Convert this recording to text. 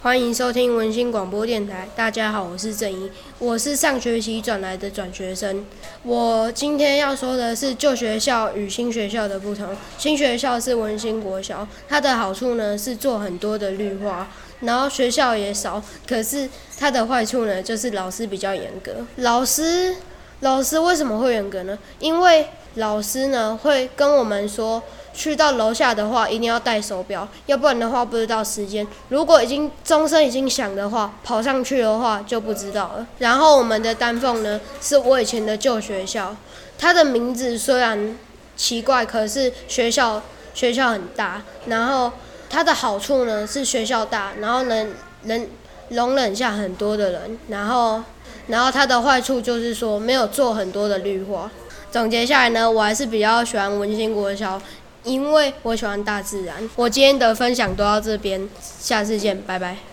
欢迎收听文心广播电台。大家好，我是郑怡，我是上学期转来的转学生。我今天要说的是旧学校与新学校的不同。新学校是文心国小，它的好处呢是做很多的绿化，然后学校也少。可是它的坏处呢，就是老师比较严格。老师为什么会严格呢？因为老师呢会跟我们说，去到楼下的话一定要带手表，要不然的话不知道时间。如果钟声已经响的话，跑上去的话就不知道了。然后我们的丹凤呢，是我以前的旧学校，它的名字虽然奇怪，可是学校很大。然后它的好处呢是学校大，然后能容忍下很多的人。然后它的坏处就是说没有做很多的绿化。总结下来呢，我还是比较喜欢文心国小，因为我喜欢大自然。我今天的分享都到这边，下次见，拜拜。